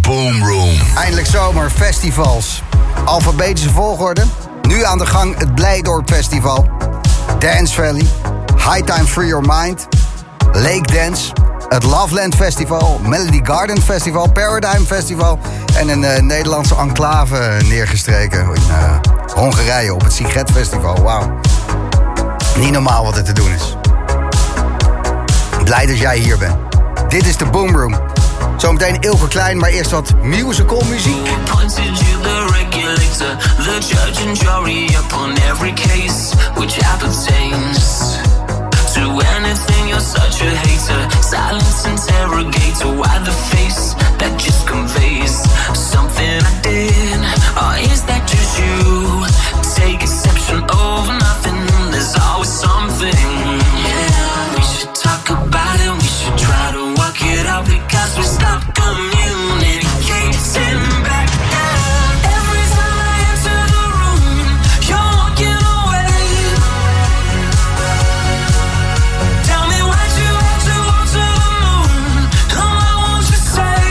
Boom Room. Eindelijk zomer, festivals. Alfabetische volgorde. Nu aan de gang het Blijdorp Festival. Dance Valley. High Time Free Your Mind. Lake Dance. Het Loveland Festival. Melody Garden Festival. Paradigm Festival. En een Nederlandse enclave neergestreken in Hongarije op het Siget Festival. Wauw. Niet normaal wat er te doen is. Blij dat jij hier bent. Dit is de Boom Room. Zometeen Ilke Klein, maar eerst wat musical muziek. The judge and jury upon every case which appertains to anything. You're such a hater, silence interrogator. Why the face that just conveys something I did? Or is that just you? Take exception over nothing. There's always something. Yeah, we should talk about it. We should try to work it out because we stopped communicating back then. Every time I enter the room, you're walking away. Tell me why'd you have to go to the moon? Oh, why won't you say?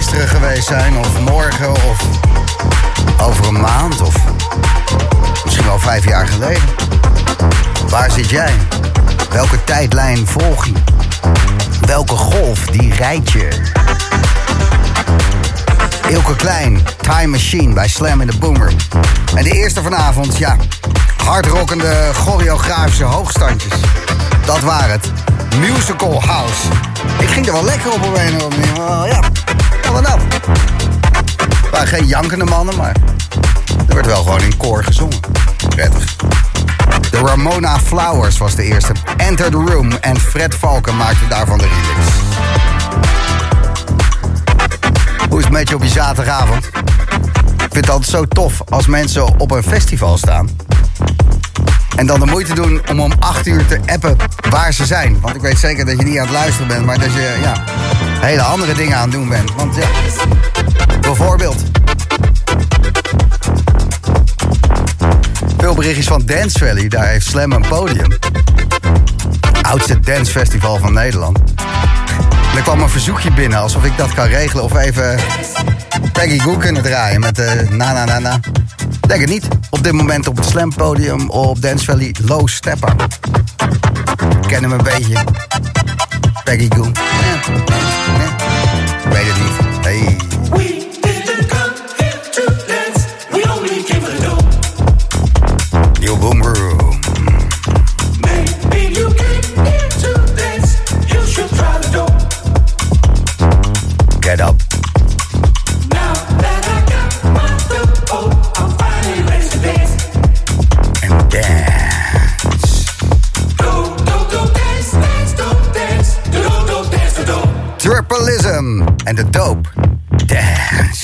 gisteren geweest zijn, of morgen, of over een maand, of misschien wel 5 jaar geleden. Waar zit jij? Welke tijdlijn volg je? Welke golf die rijd je? Ilke Klein, Time Machine bij Slam in the Boomer. En de eerste vanavond, ja, hardrockende choreografische hoogstandjes. Dat waren het. Musical House. Ik ging er wel lekker op een of andere manier. Ja, wat nou? Het waren geen jankende mannen, maar er werd wel gewoon in koor gezongen. Prettig. De Ramona Flowers was de eerste. Enter the Room en Fred Valken maakte daarvan de remix. Hoe is het met je op je zaterdagavond? Ik vind het altijd zo tof als mensen op een festival staan en dan de moeite doen om 8 uur te appen waar ze zijn. Want ik weet zeker dat je niet aan het luisteren bent, maar dat je hele andere dingen aan het doen bent. Want ja, bijvoorbeeld veel berichtjes van Dance Valley. Daar heeft Slam een podium. Oudste dancefestival van Nederland. En er kwam een verzoekje binnen alsof ik dat kan regelen. Of even Peggy Goo kunnen draaien met na. Denk het niet. Op dit moment op het Slam podium op Dance Valley Low Stepper. Ken hem een beetje. Peggy Goo. Weet het niet. Hey. We didn't come here to dance. We only came for the dough. Yo Boom Room. Maybe you came here to dance. You should try the dough. Get up. Now that I got my dough, I'm finally ready to dance. And dance. Go, go, go, dance, dance, go, dance. Do, do, do, dance, do, do. Tripleism en de dope. Dance.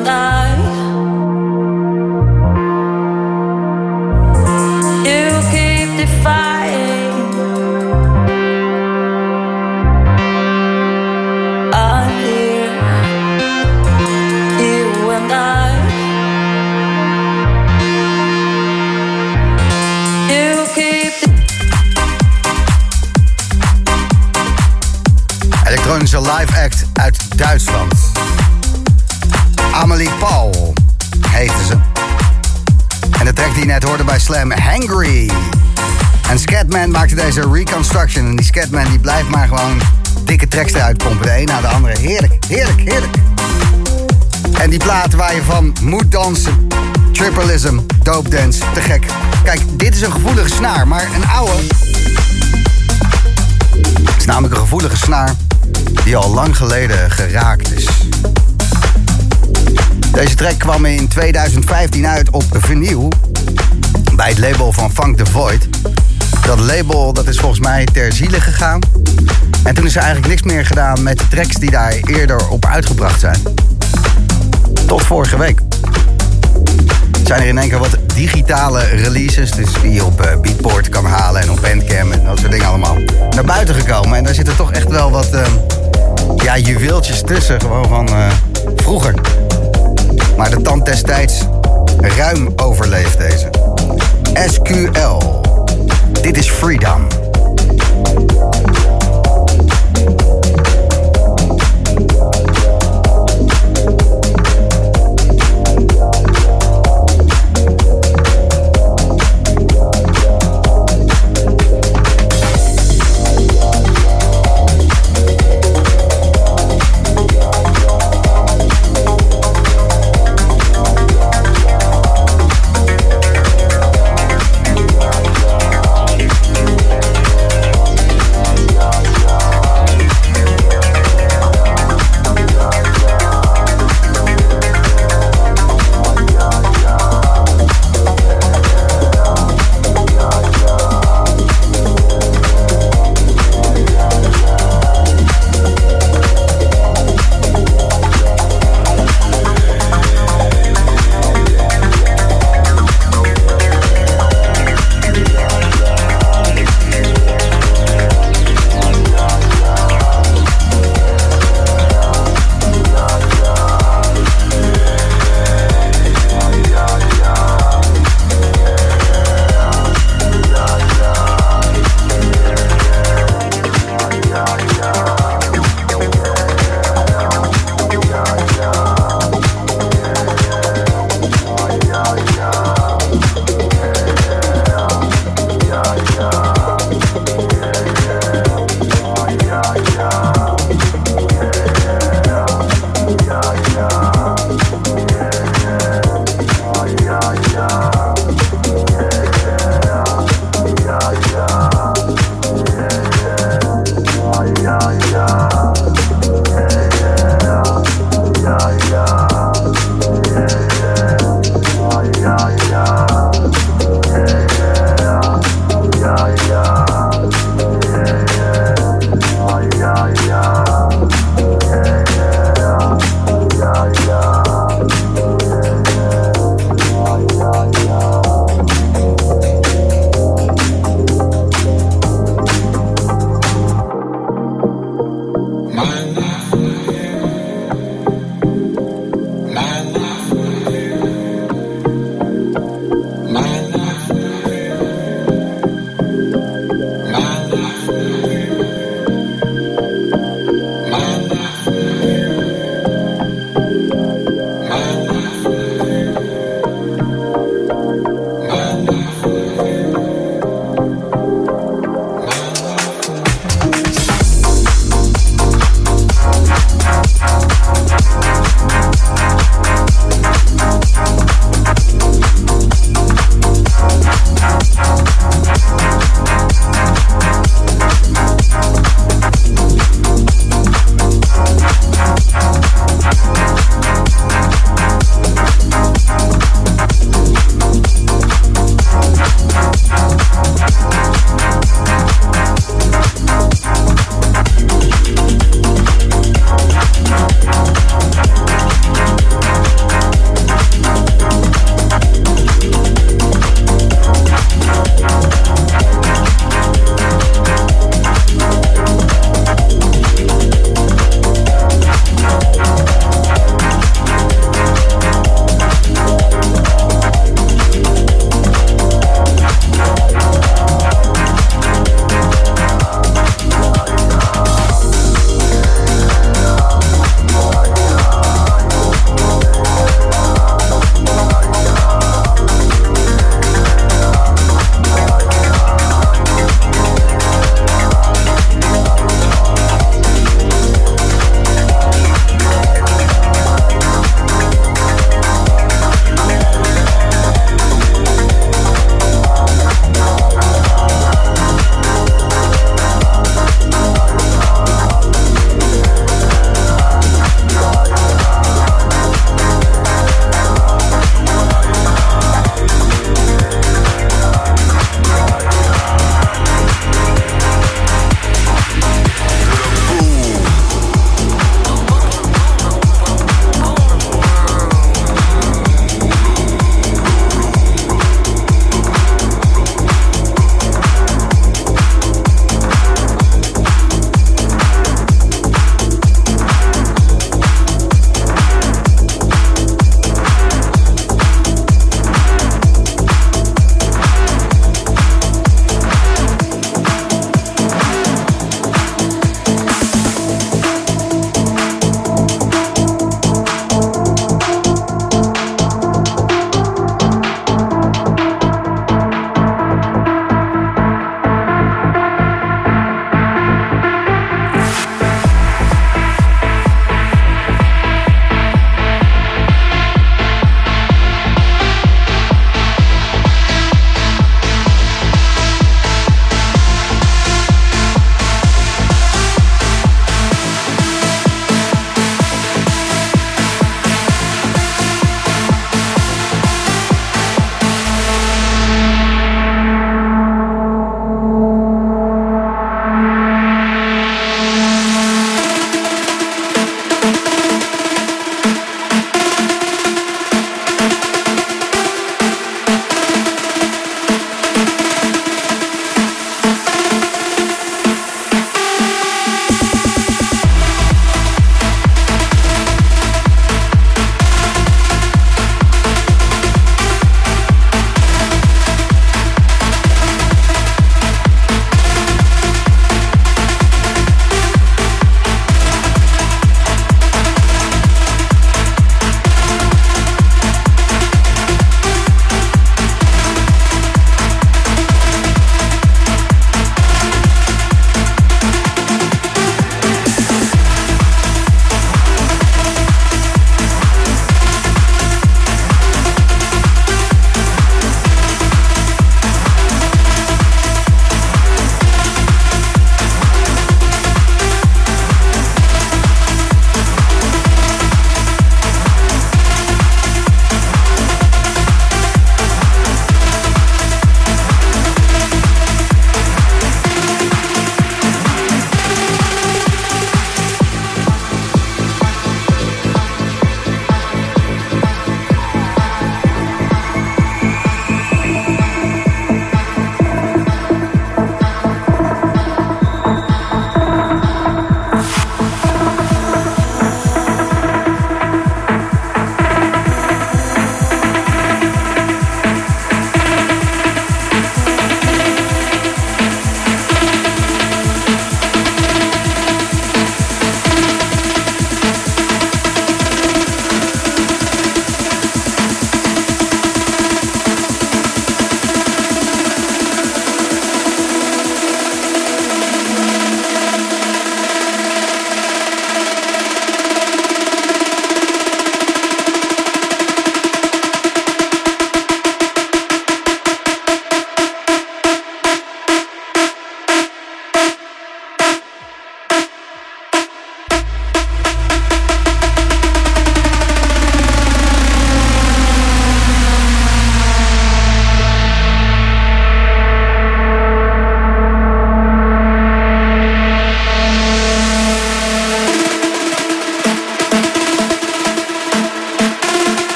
and you keep defying. I'm here, you and you keep. Elektronische live act uit Duitsland. Amelie Paul heette ze. En de track die je net hoorde bij Slam, Hangry. En Scatman maakte deze reconstruction. En die Scatman die blijft maar gewoon dikke tracks eruit pompen. De een na de andere. Heerlijk, heerlijk, heerlijk. En die platen waar je van moet dansen. Tripleism, dope dance, te gek. Kijk, dit is een gevoelige snaar, maar een oude. Het is namelijk een gevoelige snaar die al lang geleden geraakt is. Deze track kwam in 2015 uit op vinyl bij het label van Funk the Void. Dat label dat is volgens mij ter ziele gegaan. En toen is er eigenlijk niks meer gedaan met de tracks die daar eerder op uitgebracht zijn. Tot vorige week. Zijn er in één keer wat digitale releases, dus die je op Beatport kan halen en op Bandcamp en dat soort dingen allemaal, naar buiten gekomen. En daar zitten toch echt wel wat juweeltjes tussen, gewoon van vroeger. Maar de tand destijds ruim overleeft deze. SQL. Dit is Freedom.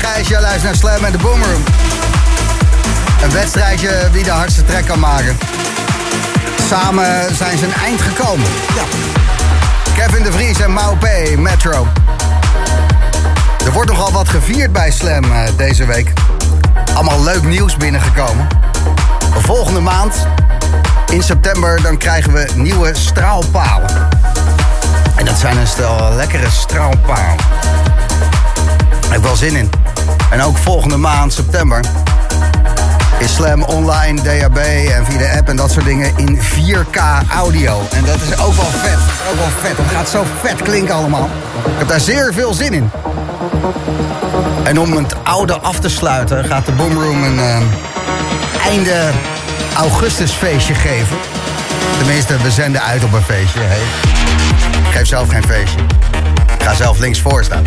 Gijs, jij luistert naar Slam en de Boomroom. Een wedstrijdje wie de hardste trek kan maken. Samen zijn ze een eind gekomen. Ja. Kevin de Vries en Mau P, Metro. Er wordt nogal wat gevierd bij Slam deze week. Allemaal leuk nieuws binnengekomen. Volgende maand, in september, dan krijgen we nieuwe straalpalen. En dat zijn een stel lekkere straalpalen. Daar heb ik wel zin in. En ook volgende maand, september, is Slam online, DHB en via de app en dat soort dingen in 4K audio. En dat is ook wel vet. Ook wel vet. Het gaat zo vet klinken allemaal. Ik heb daar zeer veel zin in. En om het oude af te sluiten gaat de Boomroom een einde augustus feestje geven. Tenminste, we zenden uit op een feestje. Hey. Ik geef zelf geen feestje. Ik ga zelf links voor staan.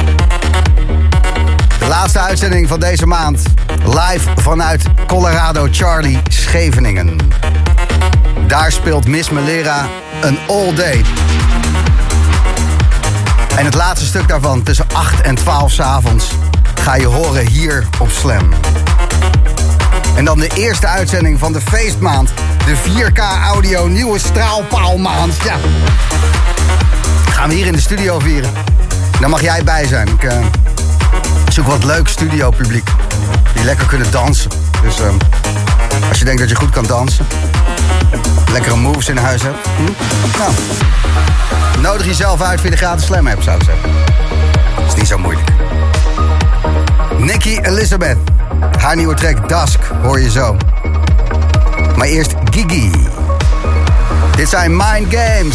De laatste uitzending van deze maand. Live vanuit Colorado Charlie Scheveningen. Daar speelt Miss Melera een all day. En het laatste stuk daarvan, tussen 8 en 12 's avonds, ga je horen hier op Slam. En dan de eerste uitzending van de feestmaand. De 4K audio nieuwe straalpaalmaand. Ja. Gaan we hier in de studio vieren. Daar mag jij bij zijn. Ik zoek wat leuk studiopubliek. Die lekker kunnen dansen. Dus als je denkt dat je goed kan dansen. Lekkere moves in huis hebt. Nou, nodig jezelf uit via de gratis Slam app, zou ik zeggen. Is niet zo moeilijk. Nikki Elizabeth. Haar nieuwe track Dusk hoor je zo. Maar eerst Gigi. Dit zijn Mind Games.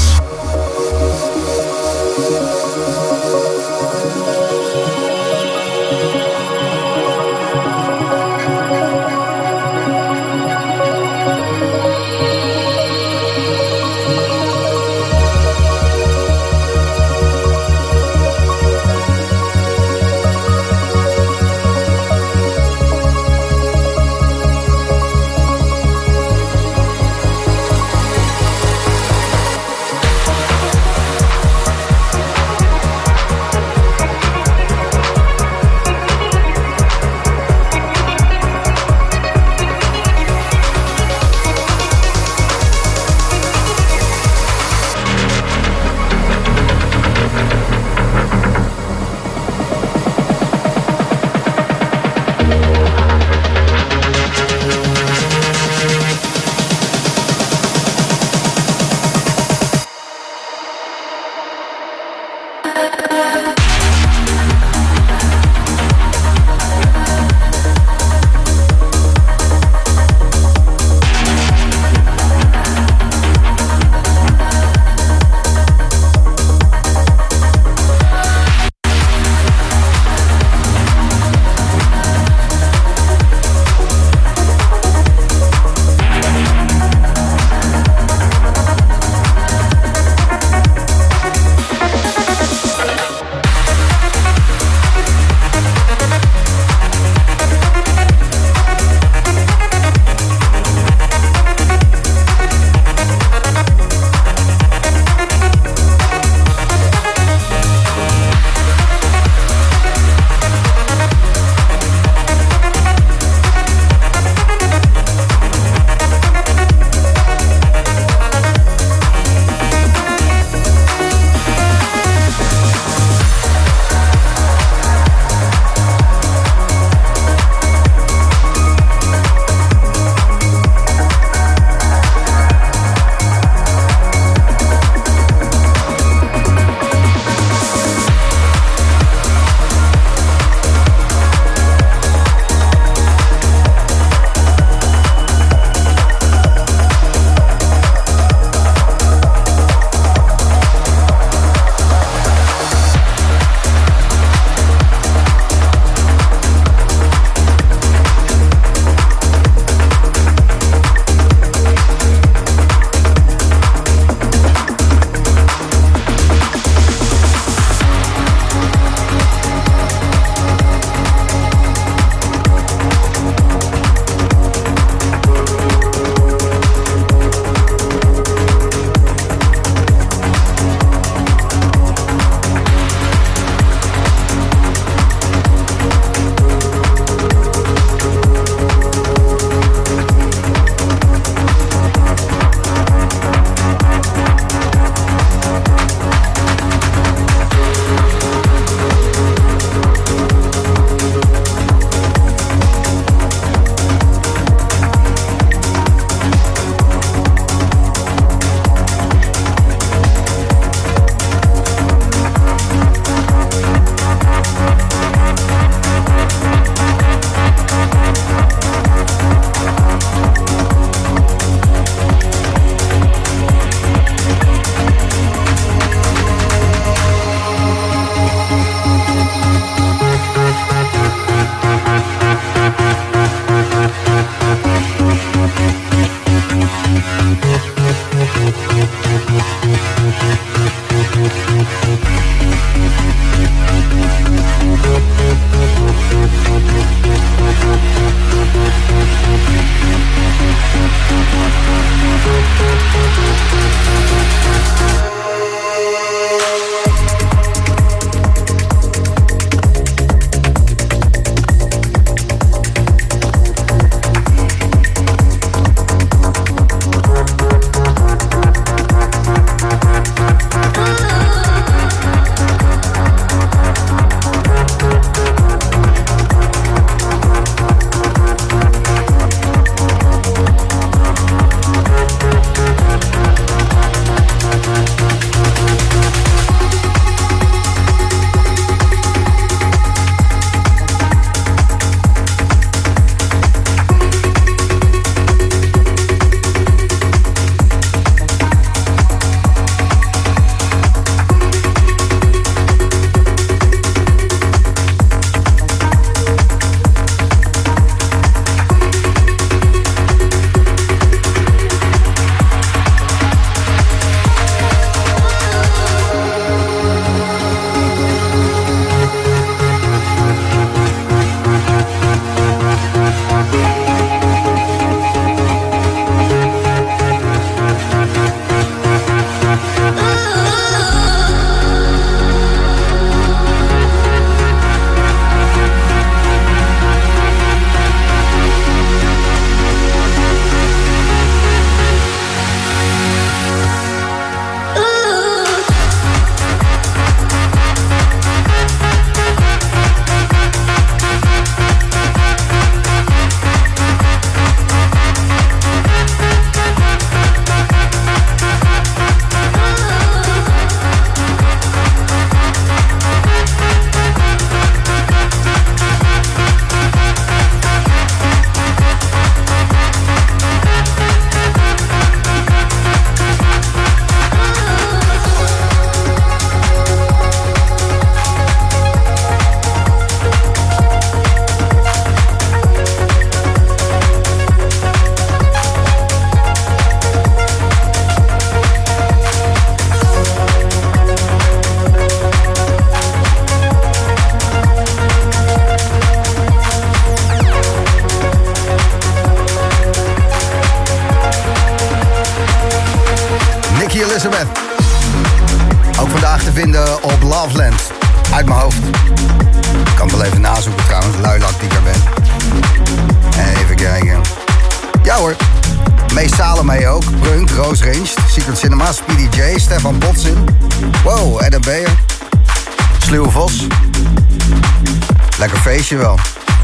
Elizabeth. Ook vandaag te vinden op Loveland. Uit mijn hoofd. Ik kan het wel even nazoeken trouwens, luilak die ik er ben. Even kijken. Ja hoor. Mees Salome ook. Brunk, Roos Ranged, Secret Cinema, Speedy J, Stefan Botsin. Wow, Adam Beyer. Sluwe Vos. Lekker feestje wel.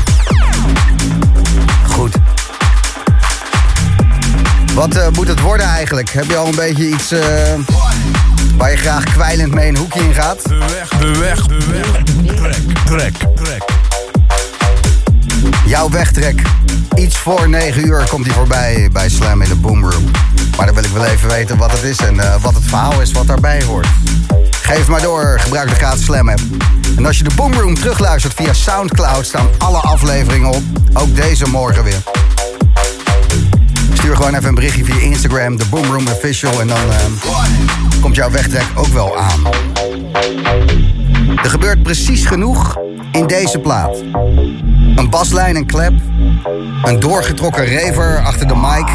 Goed. Wat moet het worden eigenlijk? Heb je al een beetje iets waar je graag kwijlend mee een hoekje in gaat? De weg. Trek. Jouw wegtrek. Iets voor 9 uur komt hij voorbij bij Slam in de Boomroom. Maar dan wil ik wel even weten wat het is en wat het verhaal is wat daarbij hoort. Geef maar door, gebruik de gratis Slam app. En als je de Boomroom terugluistert via Soundcloud staan alle afleveringen op. Ook deze morgen weer. Stuur gewoon even een berichtje via Instagram, de Boomroom Official. En dan komt jouw wegtrek ook wel aan. Er gebeurt precies genoeg in deze plaat. Een baslijn en klep. Een doorgetrokken raver achter de mic.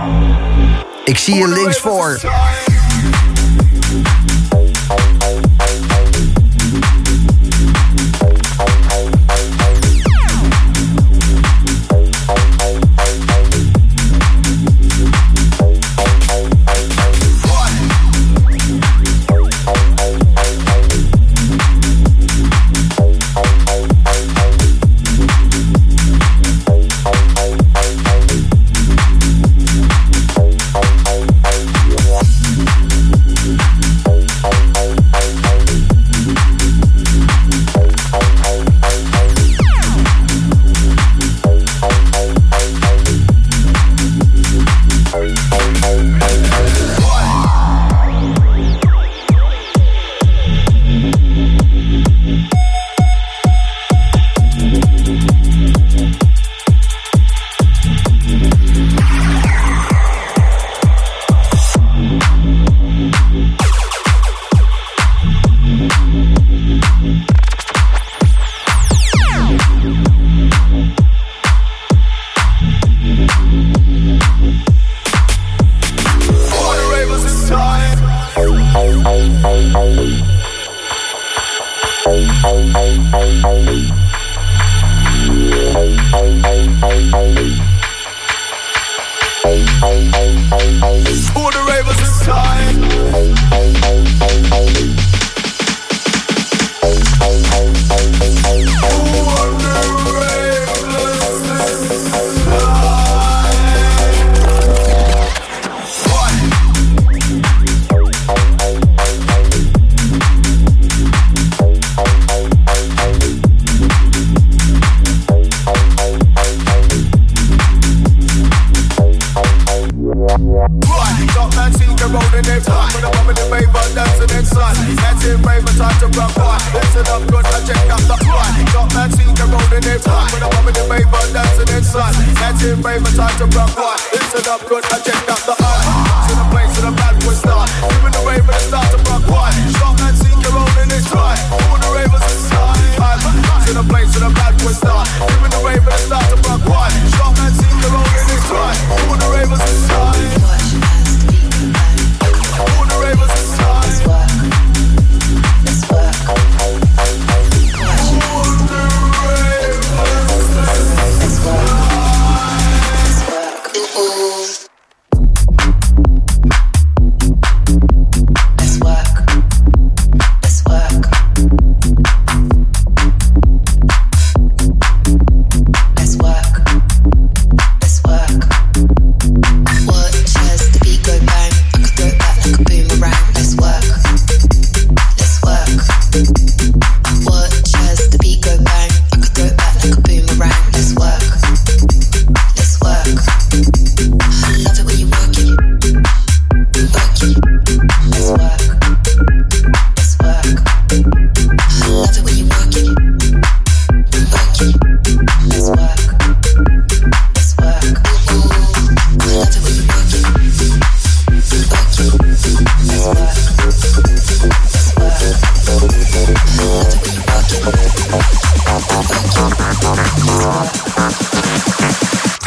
Ik zie je links voor.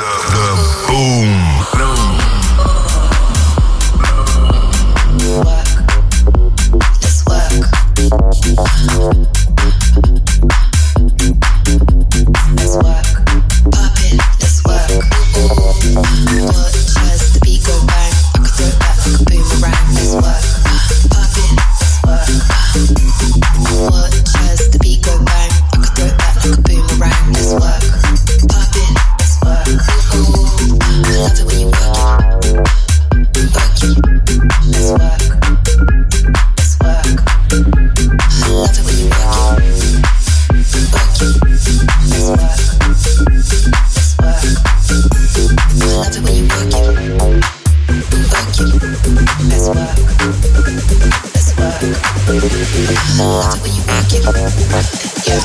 The Boom.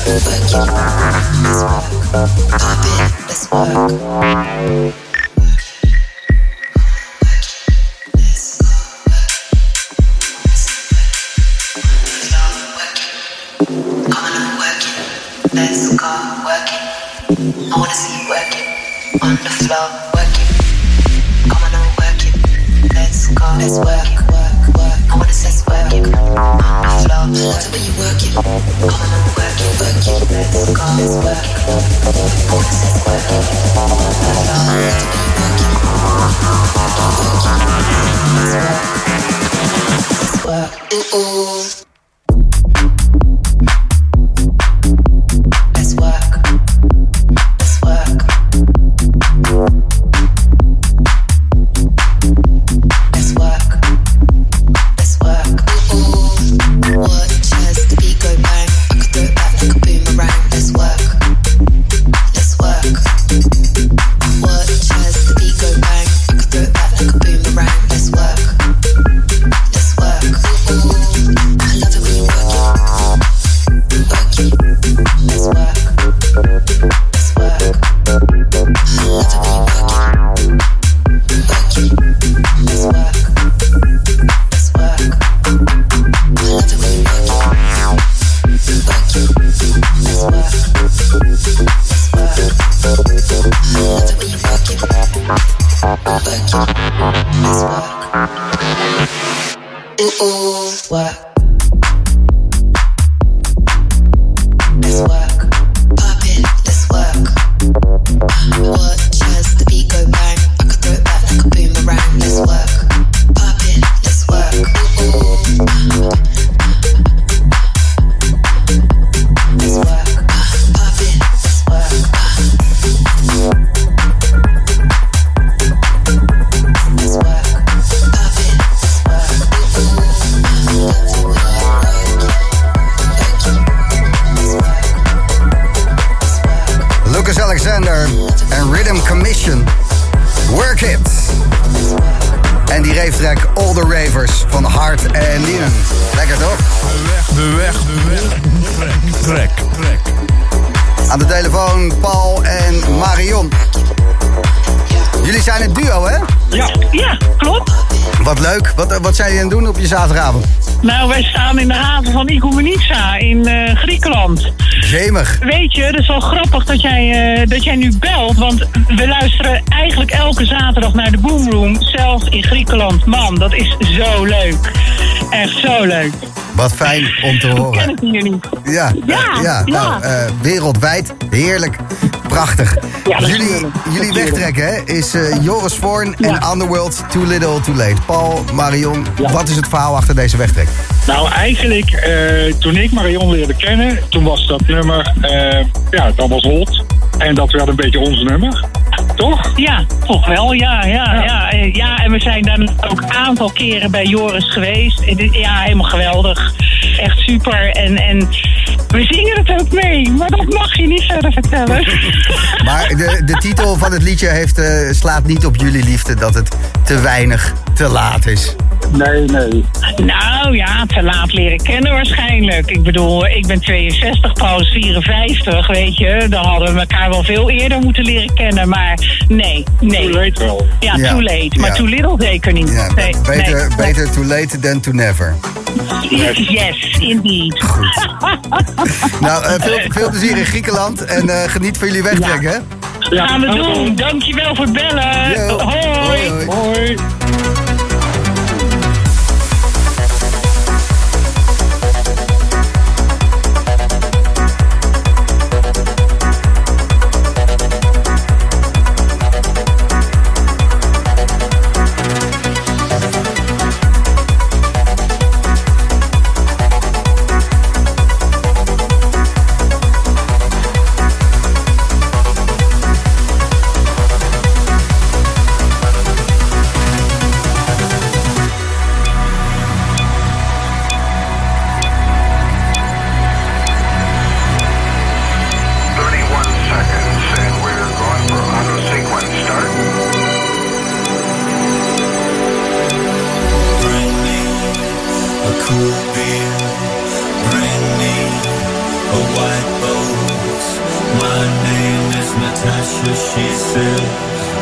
Wat zijn jullie aan het doen op je zaterdagavond? Nou, wij staan in de haven van Igoumenitsa in Griekenland. Jemig. Weet je, het is wel grappig dat jij nu belt, want we luisteren eigenlijk elke zaterdag naar de Boomroom, zelfs in Griekenland. Man, dat is zo leuk. Echt zo leuk. Wat fijn om te horen. Ken ik hier niet. Ja. Nou, wereldwijd. Heerlijk. Prachtig. Ja, jullie wegtrekken hè, is Joris Voorn en Underworld Too Little Too Late. Paul, Marion, wat is het verhaal achter deze wegtrek? Nou, eigenlijk, toen ik Marion leerde kennen, toen was dat nummer, dat was hot. En dat werd een beetje ons nummer. Toch? Ja, toch wel, ja. En we zijn dan ook een aantal keren bij Joris geweest. Ja, helemaal geweldig. Echt super. En we zingen het ook mee, maar dat mag je niet verder vertellen. Maar de titel van het liedje slaat niet op jullie liefde dat het te weinig te laat is. Nee. Nou ja, te laat leren kennen waarschijnlijk. Ik bedoel, ik ben 62, Paul is 54, weet je. Dan hadden we elkaar wel veel eerder moeten leren kennen, maar nee. Too late wel. Ja, too late, maar too little zeker niet. Ja, beter too late than to never. Yes, indeed. Goed. Nou, veel plezier in Griekenland en geniet van jullie wegtrekken, hè? Ja, gaan we doen. Dankjewel voor het bellen. Yo. Hoi. Hoi. Asha, she says,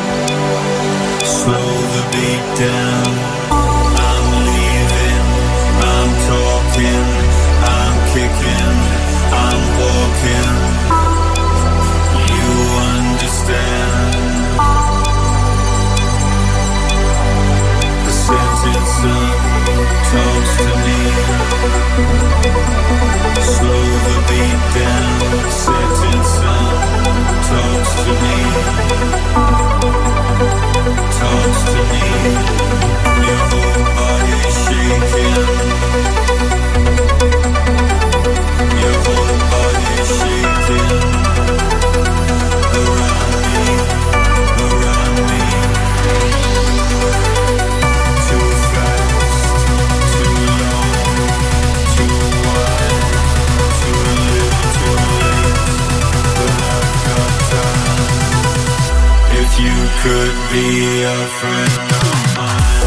slow the beat down. I'm leaving, I'm talking, I'm kicking, I'm walking. You understand? The setting sun talks to me. Slow the beat down. Setting sun talks to me. Talks to me. Your whole body shaking. Your whole body shaking. Around me, around me. Too fast, too long, too wide, too little, too late. But I've got time. If you could be a friend of mine.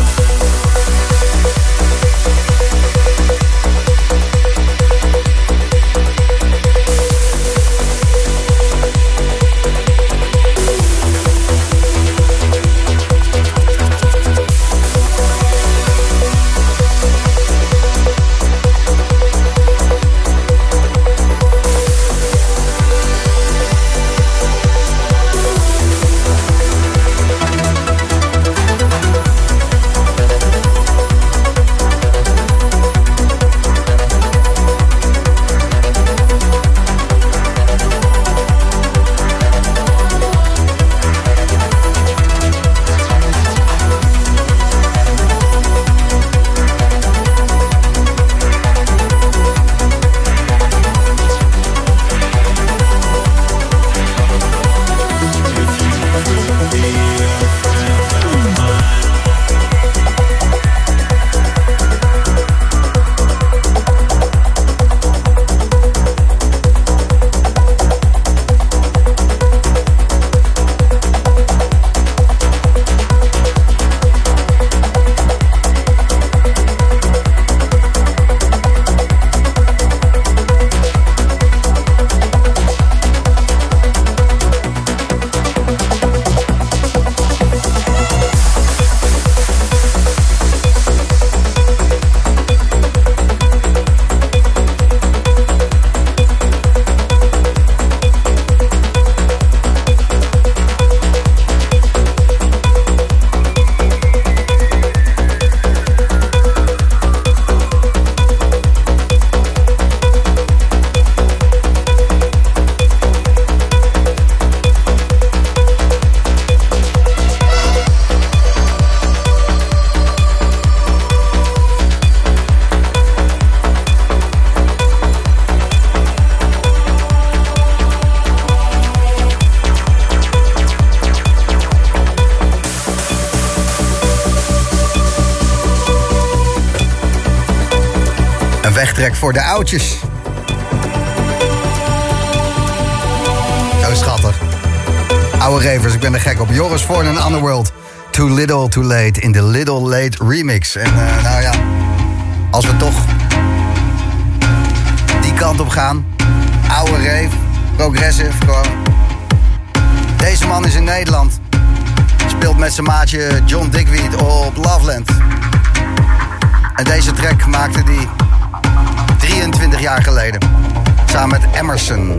Wegtrek voor de oudjes. Zo schattig. Oude ravers, ik ben er gek op. Joris Voorn en Underworld. Too Little Too Late in de Little Late remix. En nou ja, als we toch die kant op gaan. Oude rave, progressive, gewoon. Deze man is in Nederland. Speelt met zijn maatje John Dickweed op Loveland. En deze track maakte hij 23 jaar geleden. Samen met Emerson.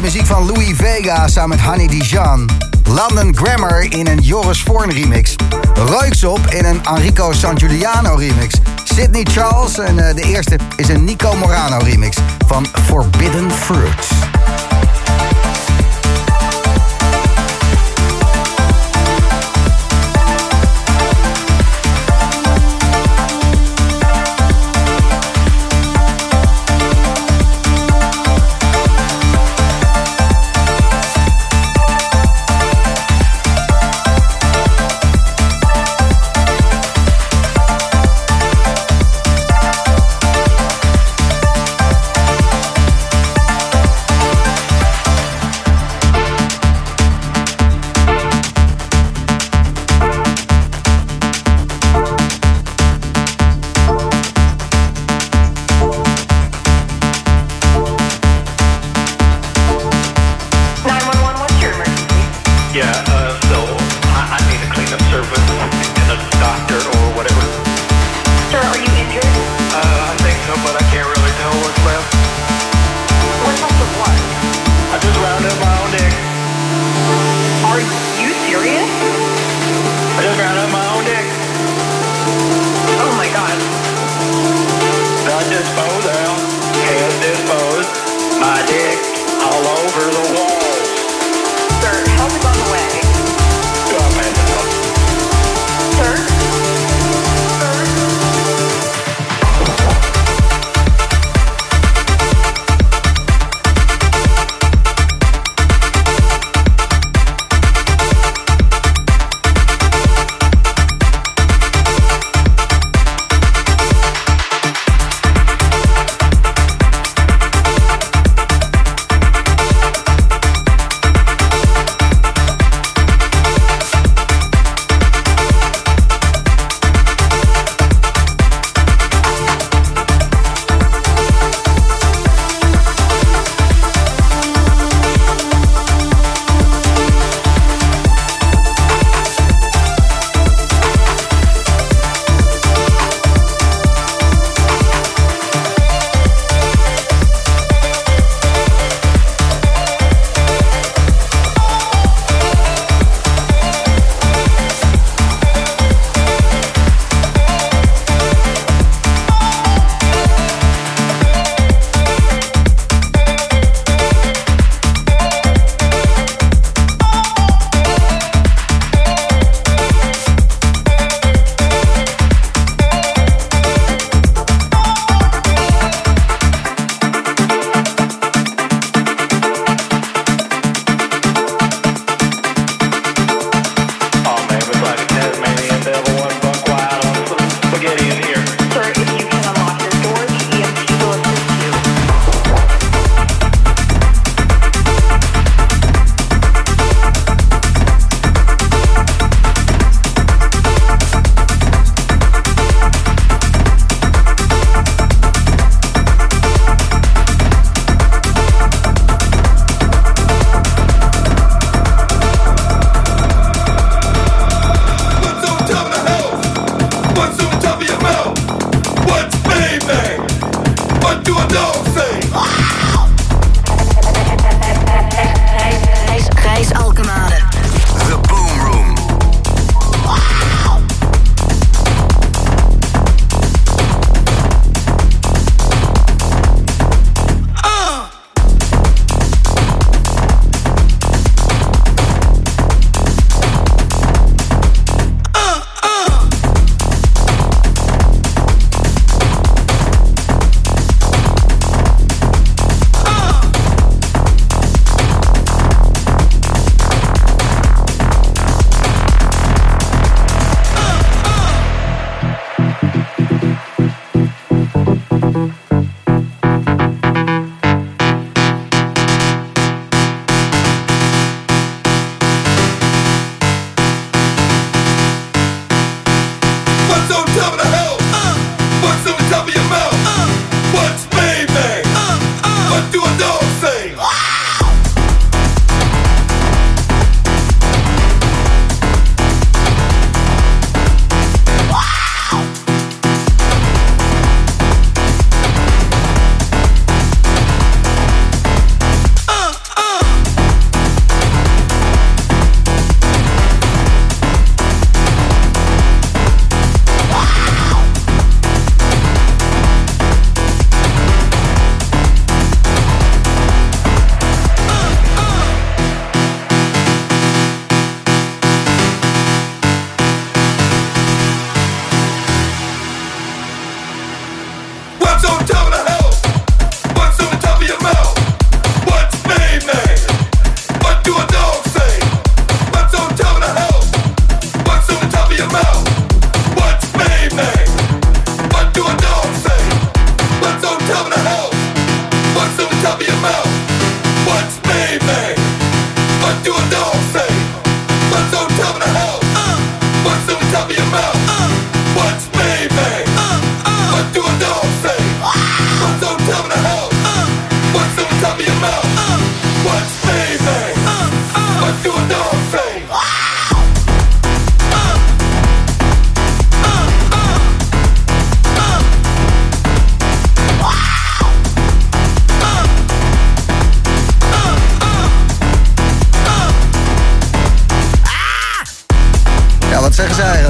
muziek van Louis Vega samen met Honey Dijon. London Grammar in een Joris Voorn remix. Royksop in een Enrico Sangiuliano remix. Sydney Charles en de eerste is een Nico Morano remix van Forbidden Fruit.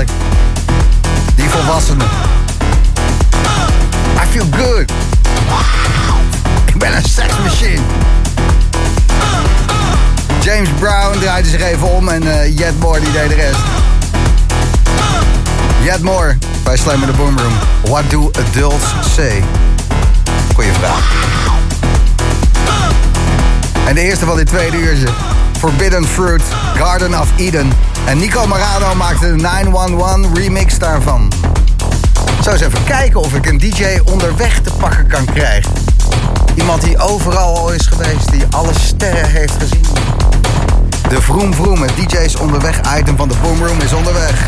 heerlijk. Die volwassenen. I feel good. Ik ben een seksmachine. James Brown draaide zich even om en Yet More die deed de rest. Yet More bij Slam in the Boom Room. What do adults say? Goeie vraag. En de eerste van dit tweede uurtje. Forbidden Fruit, Garden of Eden. En Nico Marano maakte de 911 remix daarvan. Ik zou eens even kijken of ik een DJ onderweg te pakken kan krijgen. Iemand die overal al is geweest, die alle sterren heeft gezien. De Vroom Vroom, het DJ's onderweg item van de Boom Room is onderweg.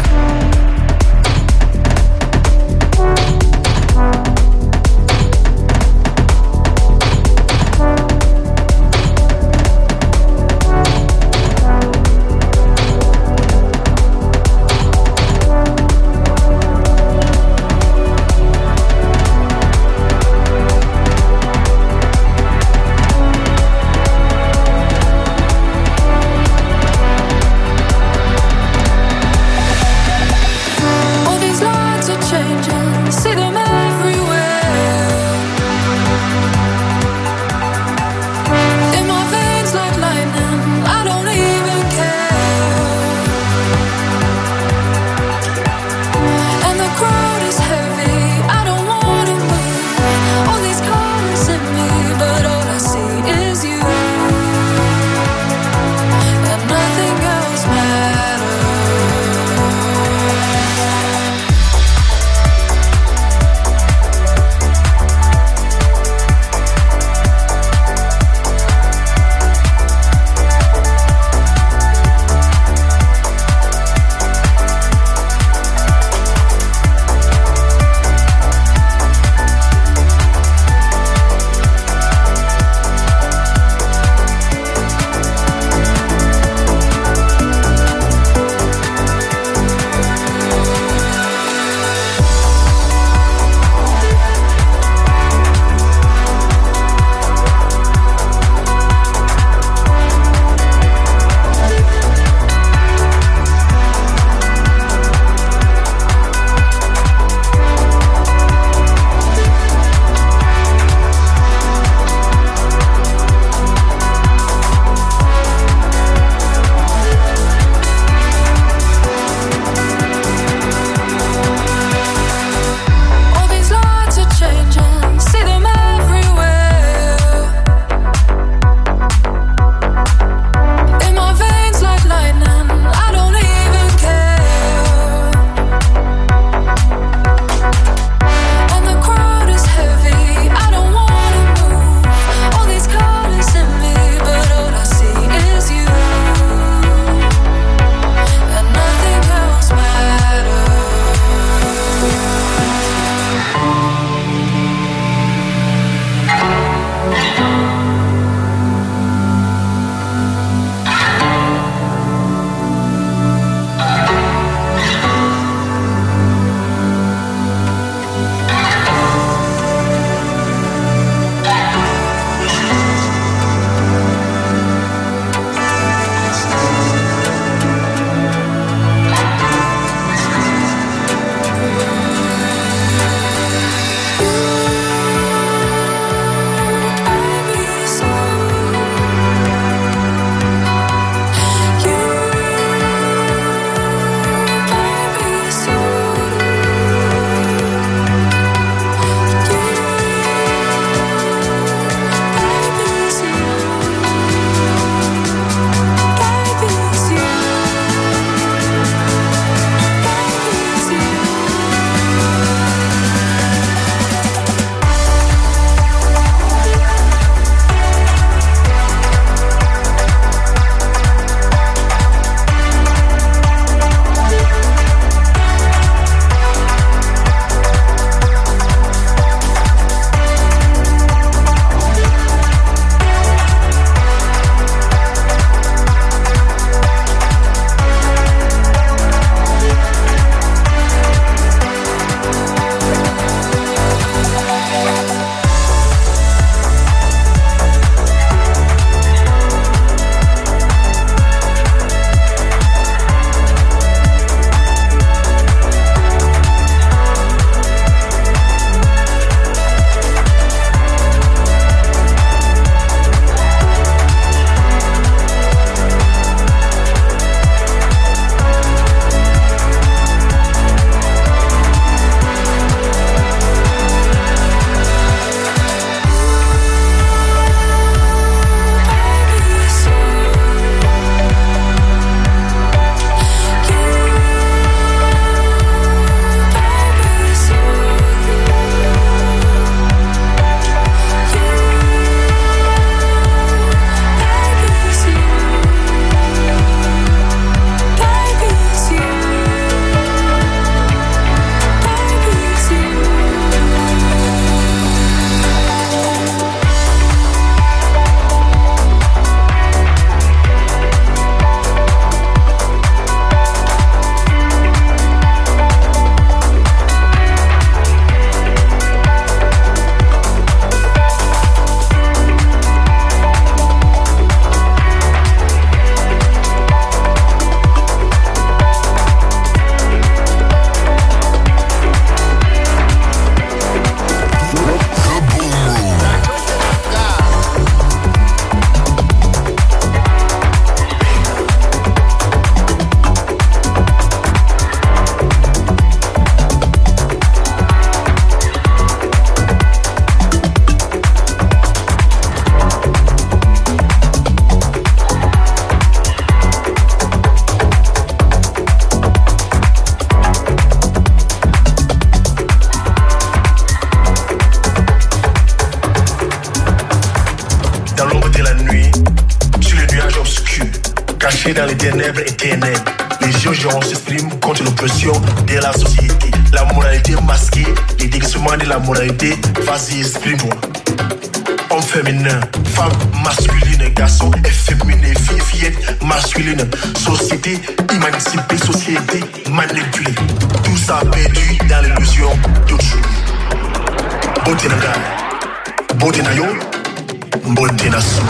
Caché dans les ténèbres éternelles, les gens s'expriment contre l'oppression de la société. La moralité masquée, les déguisements de la moralité, vas-y, exprime-moi. Homme féminin, femme masculine, garçon efféminé, fillette masculine, société émancipée, société manipulée. Tout ça perdu dans l'illusion d'autrui. Beauté na gars, beauté na yo, beauté na sou.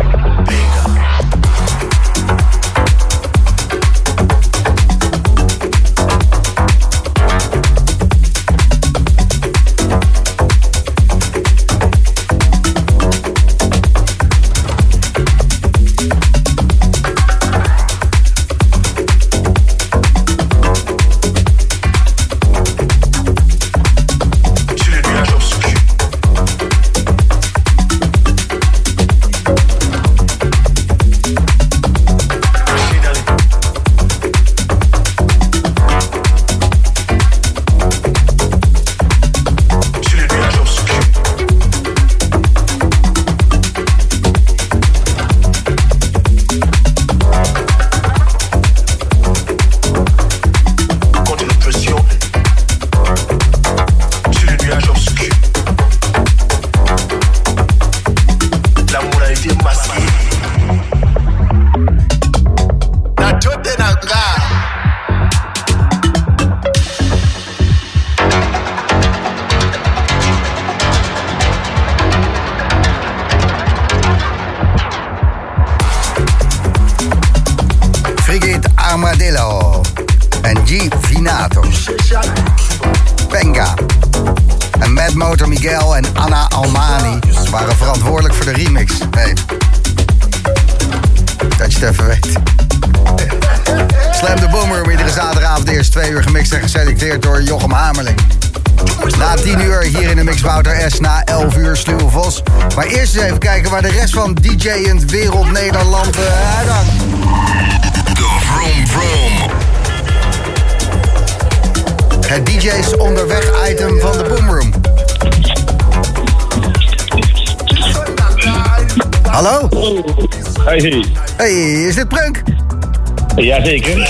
Door Jochem Hamerling. Na 10 uur hier in de mix Wouter S. Na 11 uur Sluwe Vos. Maar eerst eens even kijken waar de rest van DJ-end wereld Nederland uithangt. De Vroom Vroom. Het DJ's onderweg item van de Boomroom. Hallo? Hey. Hey, is dit Prunk? Jazeker.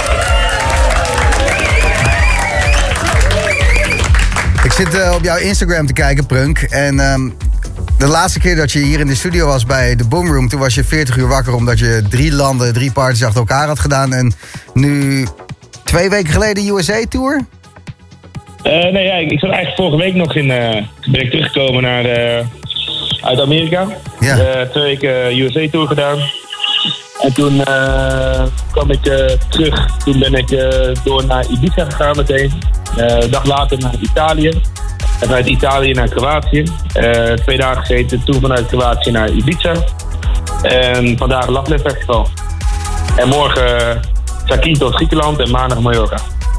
Ik zit op jouw Instagram te kijken, Prunk. En de laatste keer dat je hier in de studio was bij de Boomroom... toen was je 40 uur wakker omdat je 3 landen, 3 parties achter elkaar had gedaan. En nu 2 weken geleden USA-tour? Nee, ja, ik zat eigenlijk vorige week nog in... ben ik teruggekomen uit Amerika. Ja. 2 weken USA-tour gedaan. En toen kwam ik terug. Toen ben ik door naar Ibiza gegaan meteen. Een dag later naar Italië. En vanuit Italië naar Kroatië. 2 dagen gezeten. Toen vanuit Kroatië naar Ibiza. En vandaag Loveland Festival. En morgen Zakynthos Griekenland en maandag Mallorca.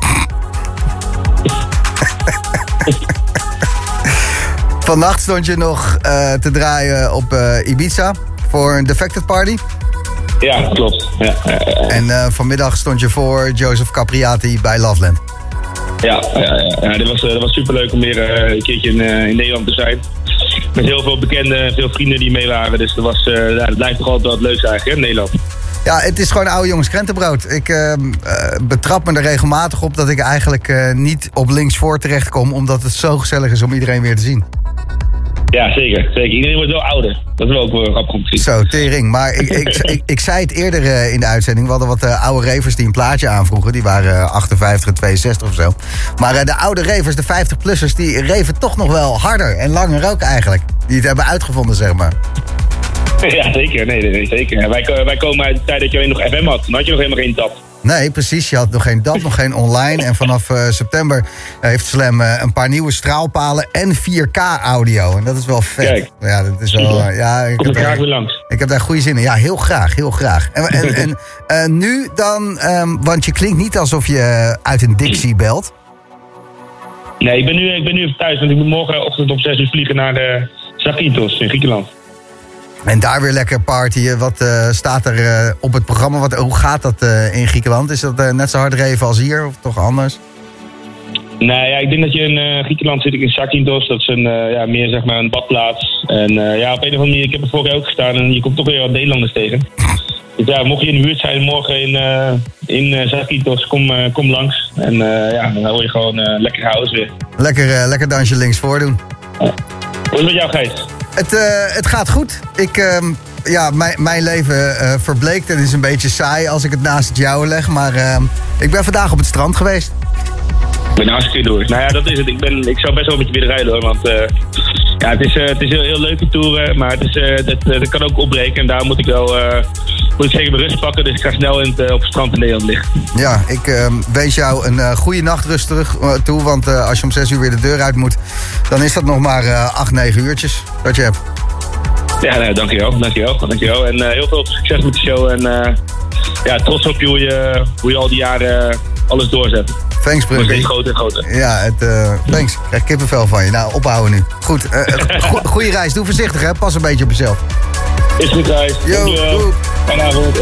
Vannacht stond je nog te draaien op Ibiza voor een Defected Party. Ja, klopt. Ja. En vanmiddag stond je voor Joseph Capriati bij Loveland. Ja, dat was superleuk om weer een keertje in Nederland te zijn. Met heel veel bekenden, veel vrienden die mee waren. Dus het blijft toch altijd wel het leukste eigenlijk, hè, in Nederland. Ja, het is gewoon oude jongens krentenbrood. Ik betrap me er regelmatig op dat ik eigenlijk niet op links voor terecht kom... omdat het zo gezellig is om iedereen weer te zien. Ja, zeker. Iedereen wordt wel ouder. Dat is wel ook wel grappig om te zien. Zo, tering. Maar ik zei het eerder in de uitzending. We hadden wat oude ravers die een plaatje aanvroegen. Die waren 58 en 62 of zo. Maar de oude ravers, de 50-plussers, die raven toch nog wel harder. En langer ook eigenlijk. Die het hebben uitgevonden, zeg maar. Ja, zeker. Nee, zeker. Ja, wij komen uit de tijd dat je alleen nog FM had. Dan had je nog helemaal geen DAB. Nee, precies. Je had nog geen DAB, nog geen online. En vanaf september heeft Slam een paar nieuwe straalpalen en 4K-audio. En dat is wel vet. Kijk. Ja, dat is wel... Kom ik graag weer langs. Ik heb daar goede zin in. Ja, heel graag, heel graag. En nu dan... want je klinkt niet alsof je uit een Dixie belt. Nee, ik ben nu even thuis. Want ik moet morgenochtend om 6 uur vliegen naar Zakynthos in Griekenland. En daar weer lekker partyen. Wat staat er op het programma? Hoe gaat dat in Griekenland? Is dat net zo hard reven als hier of toch anders? Nee, ja, ik denk dat je in Griekenland zit ik in Zakynthos. Dat is meer zeg maar een badplaats. En op een of andere manier, ik heb er vorig jaar ook gestaan en je komt toch weer wat Nederlanders tegen. Dus ja, mocht je in de buurt zijn morgen in Zakynthos, kom langs. En dan hoor je gewoon lekker house weer. Lekker dansje links voor doen. Hoe is het met jou, Gijs? Het gaat goed. Mijn leven verbleekt en is een beetje saai als ik het naast het jouwe leg. Maar ik ben vandaag op het strand geweest. Ik ben hartstikke door. Nou ja, dat is het. Ik zou best wel met je willen rijden hoor. Want het is heel leuke toeren. Maar dat kan ook opbreken. En daar moet ik zeker mijn rust pakken. Dus ik ga snel op het strand in Nederland liggen. Ja, ik wens jou een goede nachtrust terug toe. Want als je om 6 uur weer de deur uit moet, dan is dat nog maar 8-9 uurtjes dat je hebt. Ja, nou, dankjewel. En heel veel succes met de show. En trots op je hoe je al die jaren alles doorzet. Thanks, Brugge. Steeds groter en groter. Ja, thanks. Ik krijg kippenvel van je. Nou, ophouden nu. Goed, goede reis. Doe voorzichtig, hè. Pas een beetje op jezelf. Is goed, Gijs. Yo, fijne avond.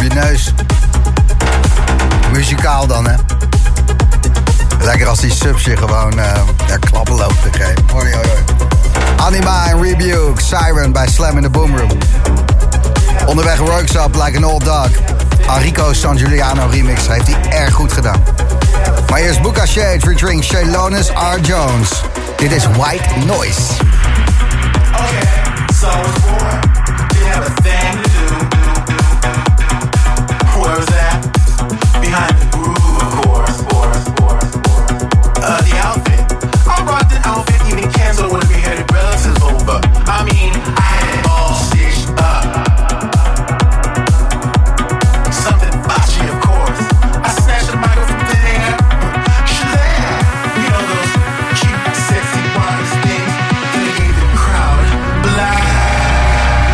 je neus. Muzikaal dan, hè. Lekker als die subs je gewoon klappen loopt te geven. Hoi, hoi, hoi. Anima en Rebuke, Siren bij Slam in the Boomroom. Onderweg Works Up Like an Old Dog. Enrico San Giuliano remix heeft hij erg goed gedaan. Maar eerst Buka Shade featuring Shailonis R. Jones. Dit is White Noise. Okay, so it's war. Did have a thing to do. Where was that? Behind the groove, of course. The outfit. I brought the outfit, even canceled when we had relatives over. I mean, I had it all stitched up. Something flashy, of course. I snatched the mic from thin air. Shazam! You know those cute, sexy, wise things that gave the crowd black.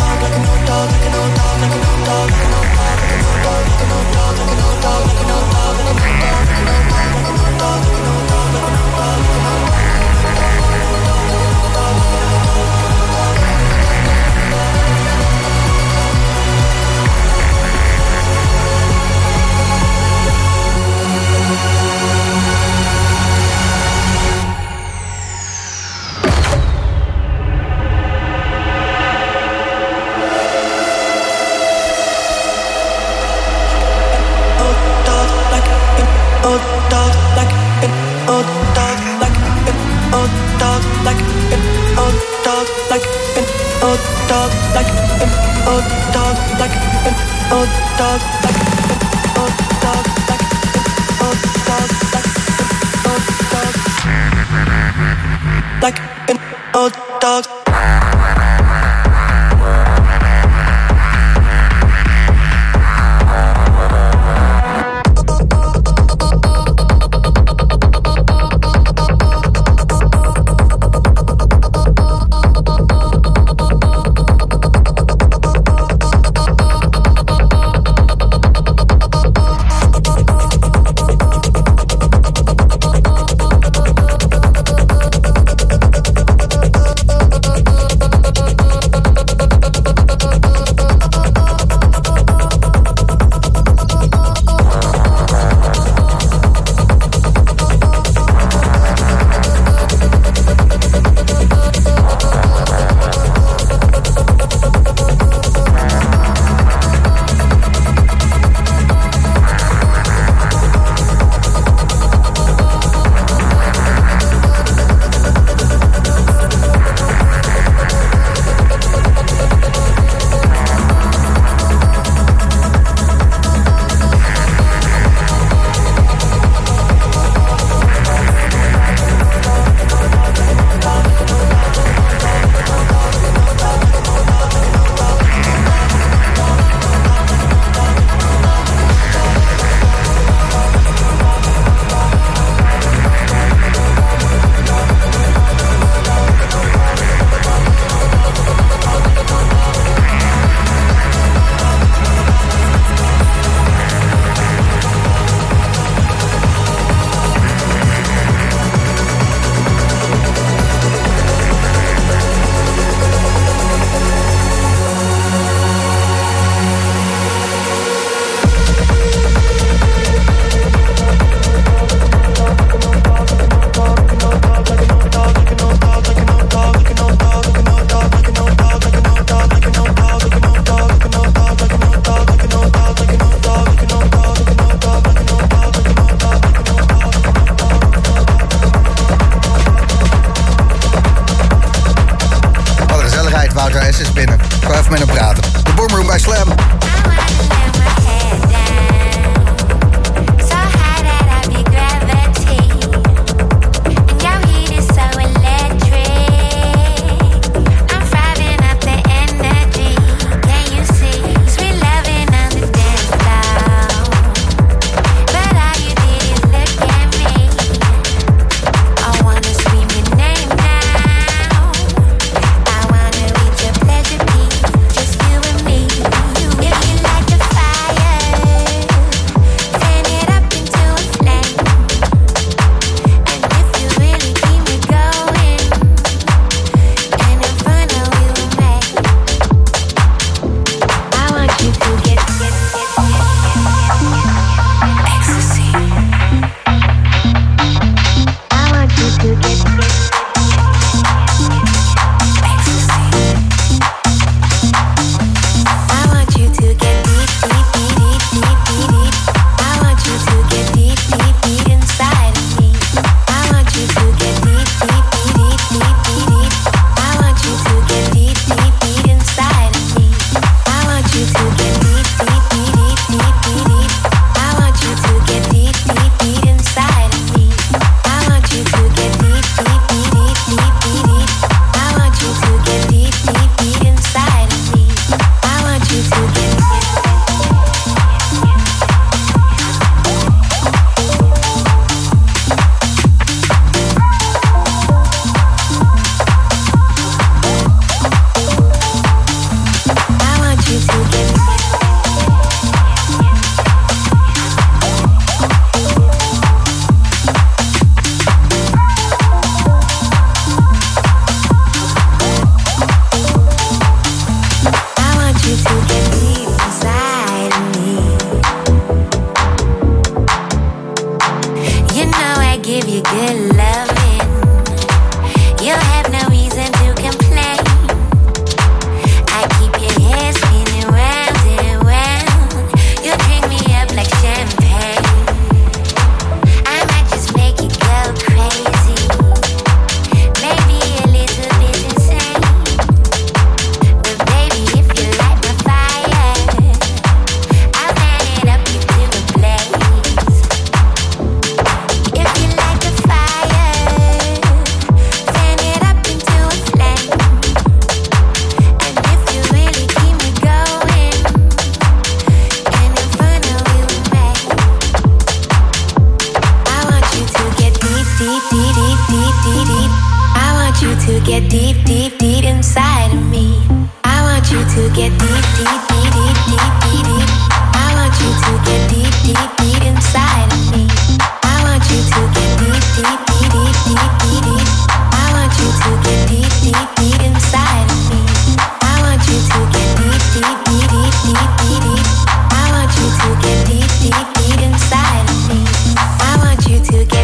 get deep, deep, deep inside of me. I want you to get deep, deep, deep, deep, deep, deep, deep. I want you to get deep, deep, deep inside of me. I want you to get deep, deep, deep, deep, deep, deep, deep. I want you to get deep, deep, deep inside of me. I want you to get deep, deep, deep, deep, deep, deep, deep. I want you to get deep, deep, deep inside of me. I want you to get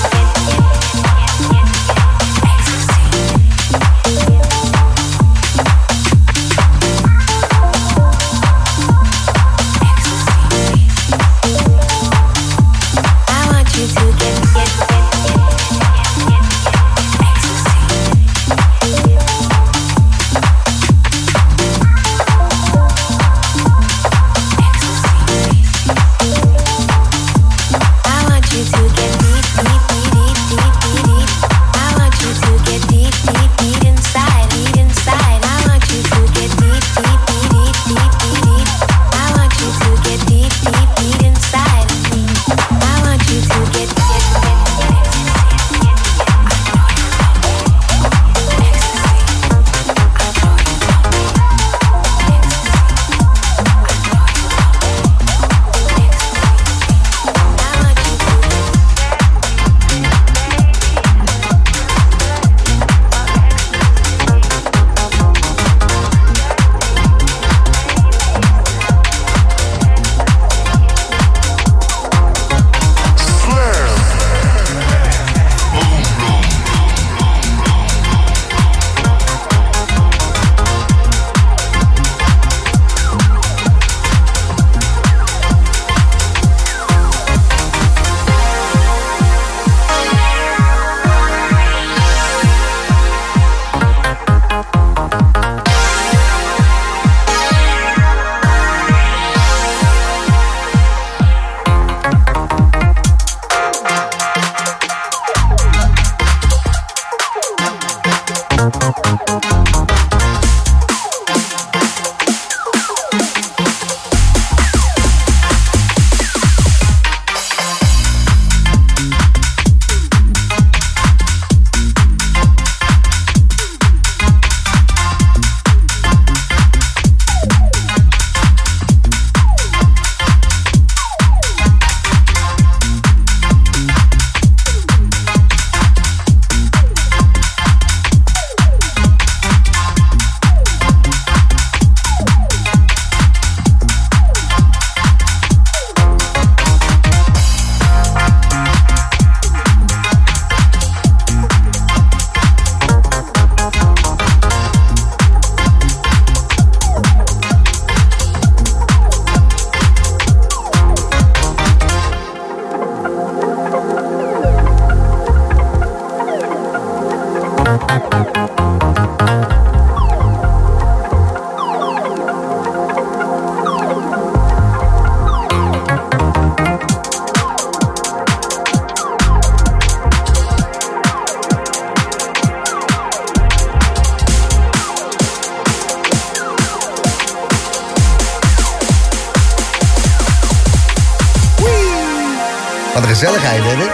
Wat een gezelligheid, hè, dit?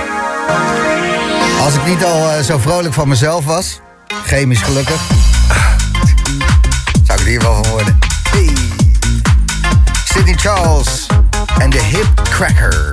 Als ik niet al zo vrolijk van mezelf was, chemisch gelukkig, zou ik er hier wel van worden. Hey. Sidney Charles en de Hip Cracker.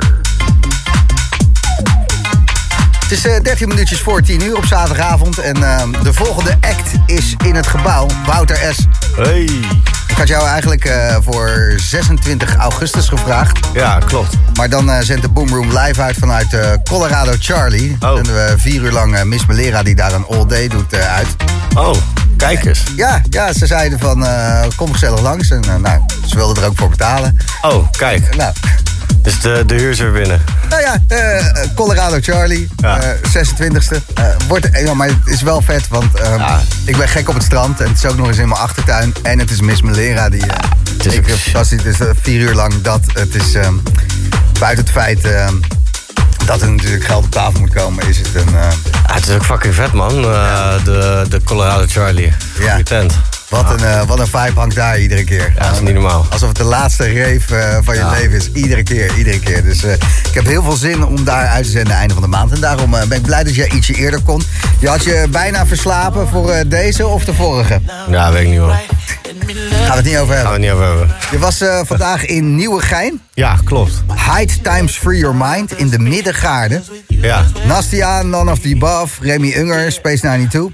Het is 13 minuutjes voor 10 uur op zaterdagavond en de volgende act is in het gebouw. Wouter S. Hey. Ik had jou eigenlijk voor 26 augustus gevraagd. Ja, klopt. Maar dan zendt de Boom Room live uit vanuit Colorado Charlie. Oh. En 4 uur lang Miss Melera die daar een all day doet uit. Oh, kijk eens. Ja, ze zeiden van kom gezellig langs. En nou, ze wilden er ook voor betalen. Oh, kijk. Nou. Dus de huur is er binnen. Nou ja, Colorado Charlie, ja. 26e. Maar het is wel vet, want ik ben gek op het strand. En het is ook nog eens in mijn achtertuin. En het is Miss Melera die... het is fantastisch. Het is 4 uur lang dat. Het is buiten het feit dat er natuurlijk geld op tafel moet komen, is het een... het is ook fucking vet, man. De Colorado Charlie. Ja. Goeie tent. Wat een vibe hangt daar iedere keer. Ja, dat is niet normaal. Alsof het de laatste rave van je leven is. Iedere keer. Dus ik heb heel veel zin om daar uit te zenden einde van de maand. En daarom ben ik blij dat jij ietsje eerder kon. Je had je bijna verslapen voor deze of de vorige? Ja, weet ik niet hoor. Gaan we het niet over hebben. Je was vandaag in Nieuwegein. Ja, klopt. Hide Times Free Your Mind in de Middengaarden. Ja. Nastia, None of the Above, Remy Unger, Space 92.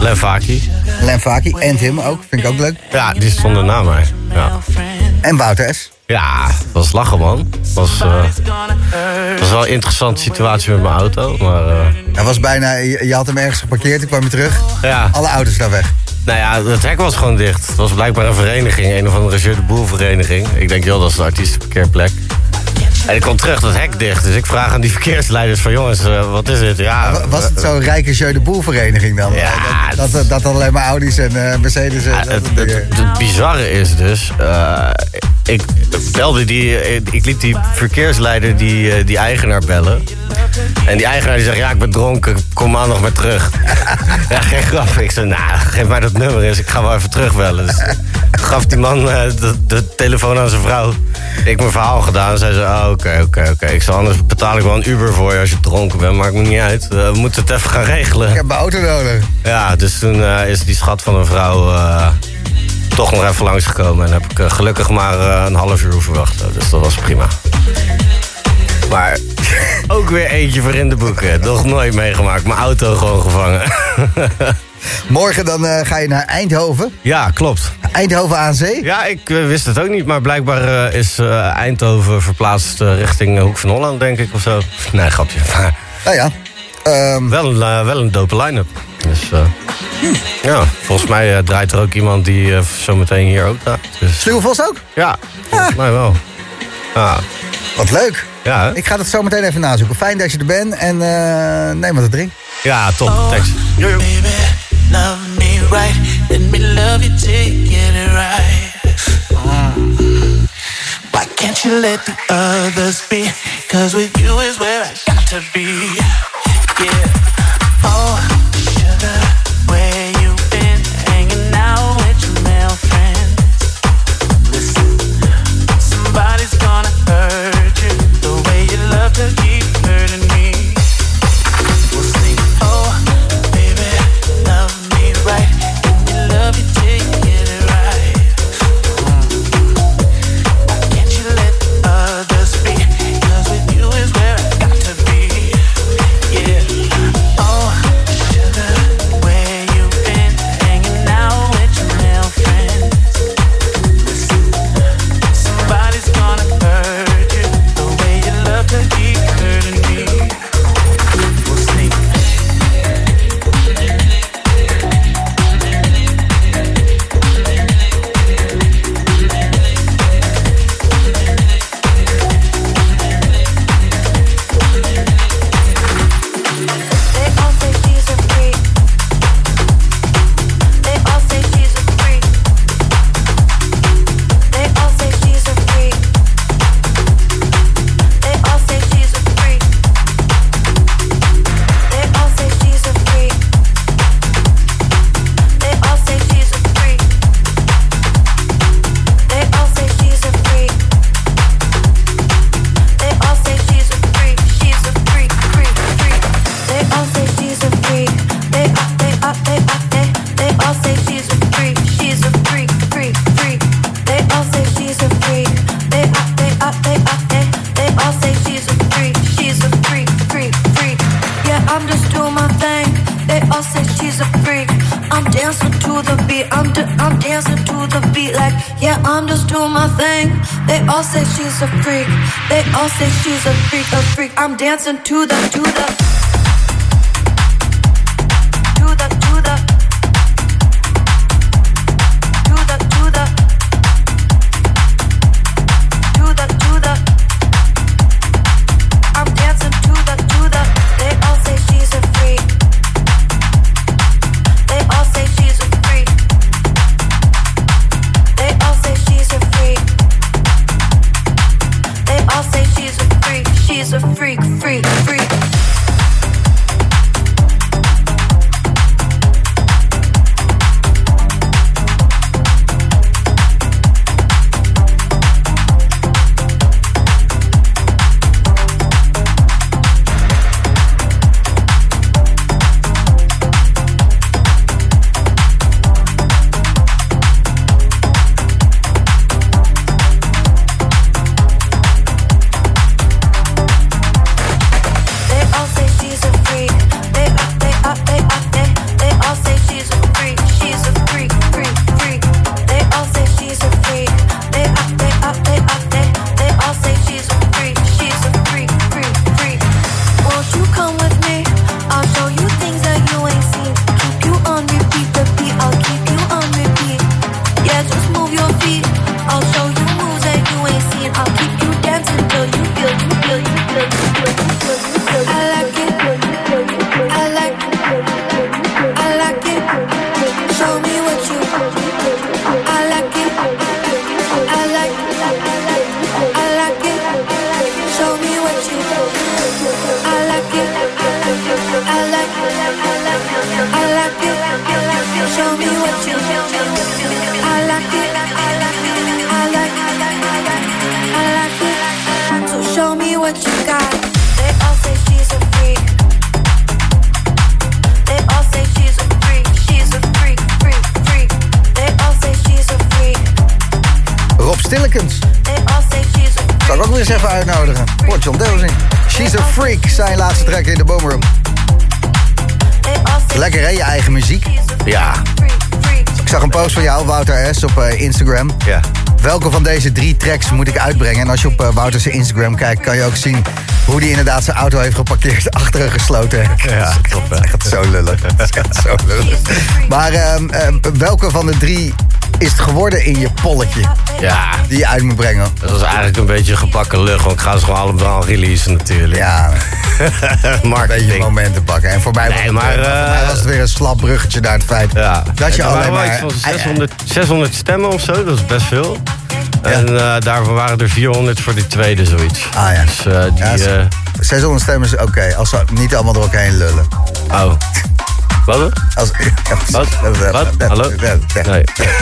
Len Faki en Tim ook, vind ik ook leuk. Ja, die stond na mij. Ja. En Wouter S. Ja, dat was lachen, man. Het was wel een interessante situatie met mijn auto, maar... Hij was bijna, je had hem ergens geparkeerd, ik kwam je terug. Ja. Alle auto's staan weg. Nou ja, het hek was gewoon dicht. Het was blijkbaar een vereniging, een of andere Jeu de Boel vereniging. Ik denk, joh, dat is een artiestenparkeerplek. En ik kom terug, dat hek dicht. Dus ik vraag aan die verkeersleiders van, jongens, wat is dit? Ja, was het zo'n rijke Jeu de Boel vereniging dan? Ja, dat alleen maar Audi's en Mercedes en het bizarre is dus... Ik belde ik liet die verkeersleider die eigenaar bellen. En die eigenaar die zegt, ja, ik ben dronken, kom maandag maar terug. Ja, geen grap. Ik zei, nou, geef mij dat nummer eens, ik ga wel even terugbellen. Dus gaf die man de telefoon aan zijn vrouw. Ik mijn verhaal gedaan en zei ze, oké. Ik zei, anders betaal ik wel een Uber voor je als je dronken bent, maakt me niet uit. We moeten het even gaan regelen. Ik heb mijn auto nodig. Ja, dus toen is die schat van een vrouw... toch nog even langsgekomen en heb ik gelukkig maar een half uur hoeven wachten. Dus dat was prima. Maar ook weer eentje voor in de boeken. Nog nooit meegemaakt. Mijn auto gewoon gevangen. Morgen dan ga je naar Eindhoven. Ja, klopt. Eindhoven aan zee? Ja, ik wist het ook niet. Maar blijkbaar is Eindhoven verplaatst richting Hoek van Holland, denk ik, of zo. Nee, grapje. Nou ja. Wel een dope line-up. Dus ja, volgens mij draait er ook iemand die zometeen hier ook draait. Dus... Sluwevos ook? Ja, volgens mij wel. Ja. Wat leuk. Ja, ik ga dat zo meteen even nazoeken. Fijn dat je er bent en neem wat te drinken. Ja, top. Thanks. Yo, yo. Baby, love me right. Let me love you till get it right. Why can't you let the others be? 'Cause with you is where I got to be. Yeah. Oh, sugar, where you been? Hanging out with your male friends. Listen, somebody's gonna hurt you. The way you love to keep hurting me. We'll sing, oh, baby, love me right. Let me love you till you get it right. Why can't you let the others be? 'Cause with you is where I got to be. Yeah. Oh, sugar, where you been? Hanging out with your male friends. Listen, somebody's gonna hurt you. The way you love to keep hurting me. We'll sing. They all say she's a freak. They all say she's a freak. They all say she's a freak. They all say she's a freak. They all say she's a freak. They all say she's a freak. They all say she's a freak. They all say she's a freak. She's a freak, freak, freak. They all say she's a freak. They all say she's a freak. She's a freak, freak, freak. They all say she's a freak. They all say she's a freak. She's a freak, freak, freak. Yeah, I'm just doing my thing. They all say she's a freak. I'm dancing to the beat. I'm dancing to the beat like, yeah, I'm just doing my thing. They all say she's a freak. They all say she's a freak, a freak. I'm dancing to the I'm dancing to the They all say she's a freak. They all say she's a freak. They all say she's a freak. They all say she's a freak. She's a freak, freak, freak. like it. Show me what you I like it. I like it. So show me what you got. They all say she's a freak. They all say she's a freak. She's a freak, freak, freak. They all say she's a freak. Rob Stillekens. They all say she's a freak. Zal ik ook weer eens even uitnodigen. Hoort John Delsing. She's a freak, zijn laatste track in de Boomroom. Lekker hè, je eigen muziek? Ja. Ik zag een post van jou, Wouter S, op Instagram. Ja. Welke van deze 3 tracks moet ik uitbrengen? En als je op Wouter's Instagram kijkt, kan je ook zien hoe hij inderdaad zijn auto heeft geparkeerd achter een gesloten hek. Ja, klopt. Dat is echt zo lullig. Dat is echt zo lullig. Maar welke van de 3 is het geworden in je polletje? Ja. Die je uit moet brengen? Dat was eigenlijk een beetje gebakken lucht, want ik ga ze gewoon allemaal releasen natuurlijk. Ja. Een beetje momenten pakken. En voor mij, was het weer een slap bruggetje naar het feit dat je alleen maar... Van 600 stemmen of zo, dat is best veel. Ja. En daarvan waren er 400 voor die tweede, zoiets. Ah ja. Dus, 600 stemmen is oké, als ze niet allemaal door elkaar heen lullen. Oh. Wat? Wat? Hallo? Nee.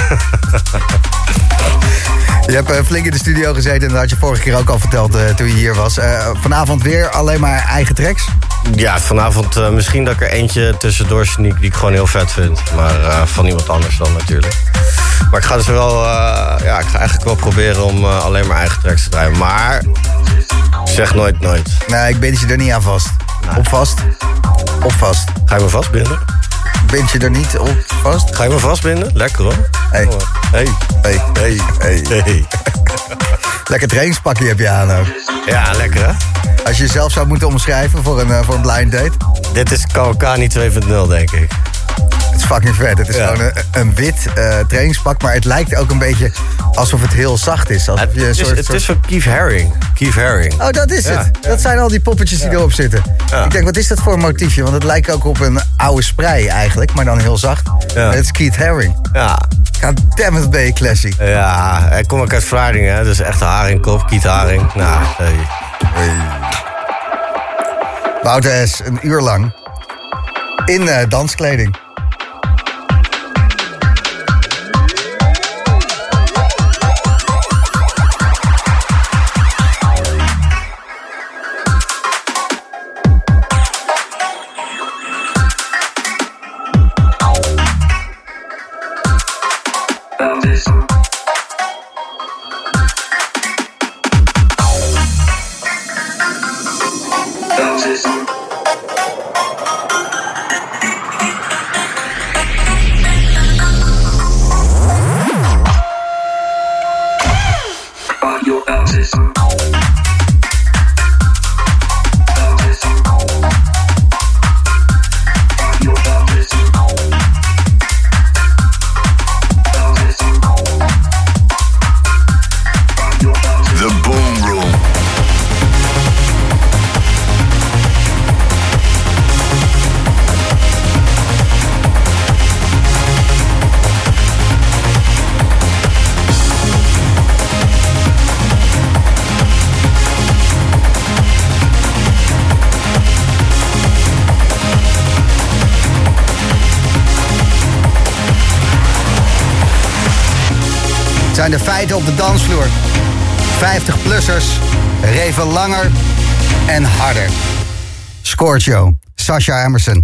Je hebt flink in de studio gezeten en dat had je vorige keer ook al verteld toen je hier was. Vanavond weer alleen maar eigen tracks? Ja, vanavond misschien dat ik er eentje tussendoor sneak die ik gewoon heel vet vind. Maar van iemand anders dan natuurlijk. Maar ik ga dus wel, ik ga eigenlijk wel proberen om alleen maar eigen tracks te draaien. Maar zeg nooit nooit. Nee, ik bind je er niet aan vast. Nee. Op vast? Op vast. Ga je me vastbinden? Bind je er niet op vast? Ga je me vastbinden? Lekker hoor. Hey. Hey. Hey. Hey. Hey. Hey. Lekker trainingspakje heb je aan ook. Ja, lekker hè? Als je jezelf zou moeten omschrijven voor een blind date? Dit is Kawakami 2.0 denk ik. Het is fucking vet. Het is gewoon een wit trainingspak, maar het lijkt ook een beetje alsof het heel zacht is. Alsof je het is van Keith Haring. Keith Haring. Oh, dat is het. Dat zijn al die poppetjes die erop zitten. Ja. Ik denk, wat is dat voor een motiefje? Want het lijkt ook op een oude sprei eigenlijk, maar dan heel zacht. Ja. Het is Keith Haring. Ja. Goddammit, ben je classy. Ja, hij komt ook uit Vlaardingen, hè? Dus echt een haringkop, Keith Haring. Nou, hey. Wouter S, een uur lang in danskleding. Zijn de feiten op de dansvloer. 50-plussers reven langer en harder. Scorcho, Sasha Emerson.